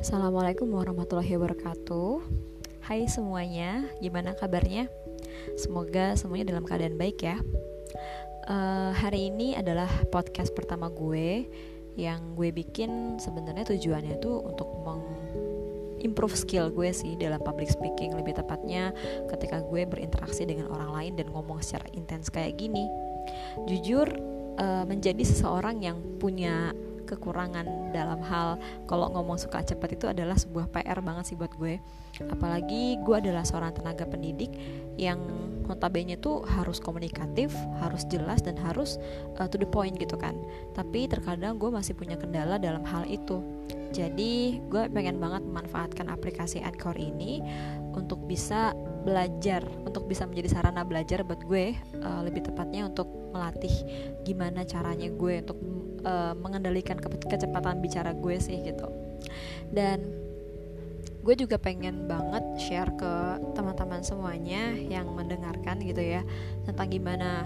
Assalamualaikum warahmatullahi wabarakatuh. Hai semuanya, gimana kabarnya? Semoga semuanya dalam keadaan baik ya. Hari ini adalah podcast pertama gue yang gue bikin. Sebenarnya tujuannya tuh untuk improve skill gue sih dalam public speaking. Lebih tepatnya ketika gue berinteraksi dengan orang lain dan ngomong secara intens kayak gini. Jujur, menjadi seseorang yang punya kekurangan dalam hal kalau ngomong suka cepat itu adalah sebuah PR banget sih buat gue. Apalagi gue adalah seorang tenaga pendidik yang notabene tuh harus komunikatif, harus jelas dan harus to the point gitu kan. Tapi terkadang gue masih punya kendala dalam hal itu. Jadi gue pengen banget memanfaatkan aplikasi Anchor ini untuk bisa belajar, untuk bisa menjadi sarana belajar buat gue, lebih tepatnya untuk melatih gimana caranya gue untuk mengendalikan kecepatan bicara gue sih gitu. Dan gue juga pengen banget share ke teman-teman semuanya yang mendengarkan gitu ya, tentang gimana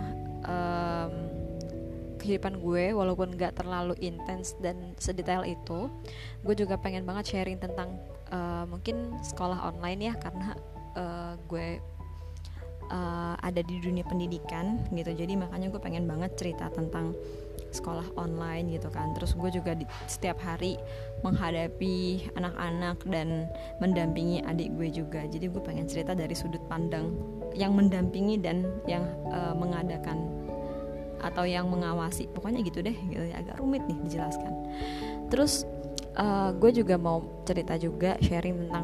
kehidupan gue walaupun gak terlalu intens dan sedetail itu. Gue juga pengen banget sharing tentang mungkin sekolah online ya, karena gue ada di dunia pendidikan gitu. Jadi makanya gue pengen banget cerita tentang sekolah online gitu kan. Terus gue juga setiap hari menghadapi anak-anak dan mendampingi adik gue juga. Jadi gue pengen cerita dari sudut pandang yang mendampingi dan yang mengadakan atau yang mengawasi. Pokoknya gitu deh gitu. Agak rumit nih dijelaskan. Terus gue juga mau cerita juga, sharing tentang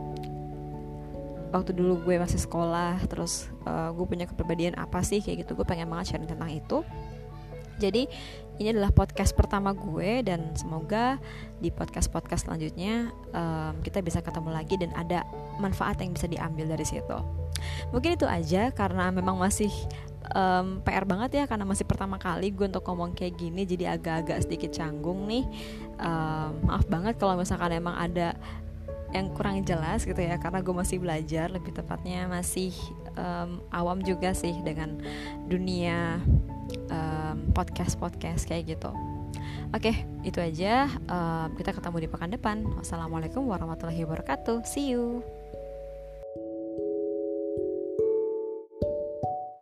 waktu dulu gue masih sekolah. Terus gue punya kepribadian apa sih kayak gitu. Gue pengen banget sharing tentang itu. Jadi ini adalah podcast pertama gue, dan semoga di podcast-podcast selanjutnya kita bisa ketemu lagi dan ada manfaat yang bisa diambil dari situ. Mungkin itu aja, karena memang masih PR banget ya, karena masih pertama kali gue untuk ngomong kayak gini. Jadi agak-agak sedikit canggung nih. Maaf banget kalau misalkan emang ada yang kurang jelas gitu ya, karena gue masih belajar, lebih tepatnya masih awam juga sih dengan dunia podcast kayak gitu. Oke, itu aja. Kita ketemu di pekan depan. Wassalamualaikum warahmatullahi wabarakatuh. See you.